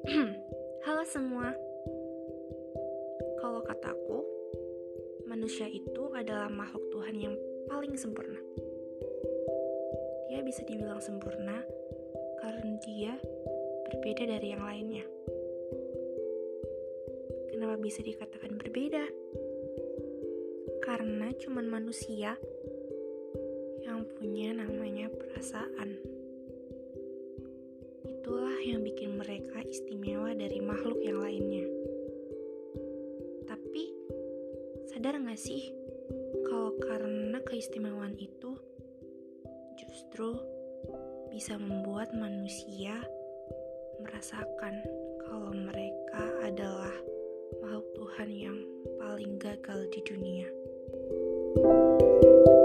Halo semua, kalau kataku, manusia itu adalah makhluk Tuhan yang paling sempurna. Dia bisa dibilang sempurna karena dia berbeda dari yang lainnya. Kenapa bisa dikatakan berbeda? Karena cuma manusia yang punya namanya perasaan. Itulah yang bikin mereka istimewa dari makhluk yang lainnya. Tapi, sadar gak sih kalau karena keistimewaan itu justru bisa membuat manusia merasakan kalau mereka adalah makhluk Tuhan yang paling gagal di dunia.